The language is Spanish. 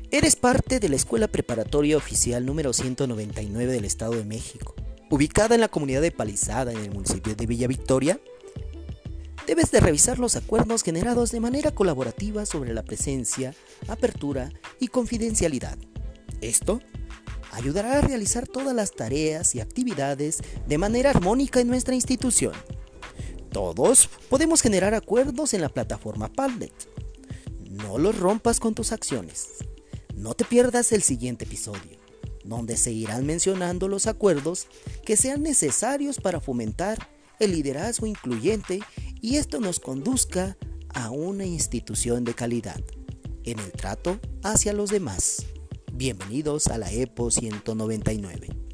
Eres parte de la Escuela Preparatoria Oficial número 199 del Estado de México, ubicada en la comunidad de Palizada en el municipio de Villa Victoria. Debes de revisar los acuerdos generados de manera colaborativa sobre la presencia, apertura y confidencialidad. Esto ayudará a realizar todas las tareas y actividades de manera armónica en nuestra institución. Todos podemos generar acuerdos en la plataforma Padlet. No los rompas con tus acciones. No te pierdas el siguiente episodio, donde se irán mencionando los acuerdos que sean necesarios para fomentar el liderazgo incluyente y esto nos conduzca a una institución de calidad en el trato hacia los demás. Bienvenidos a la EPO 199.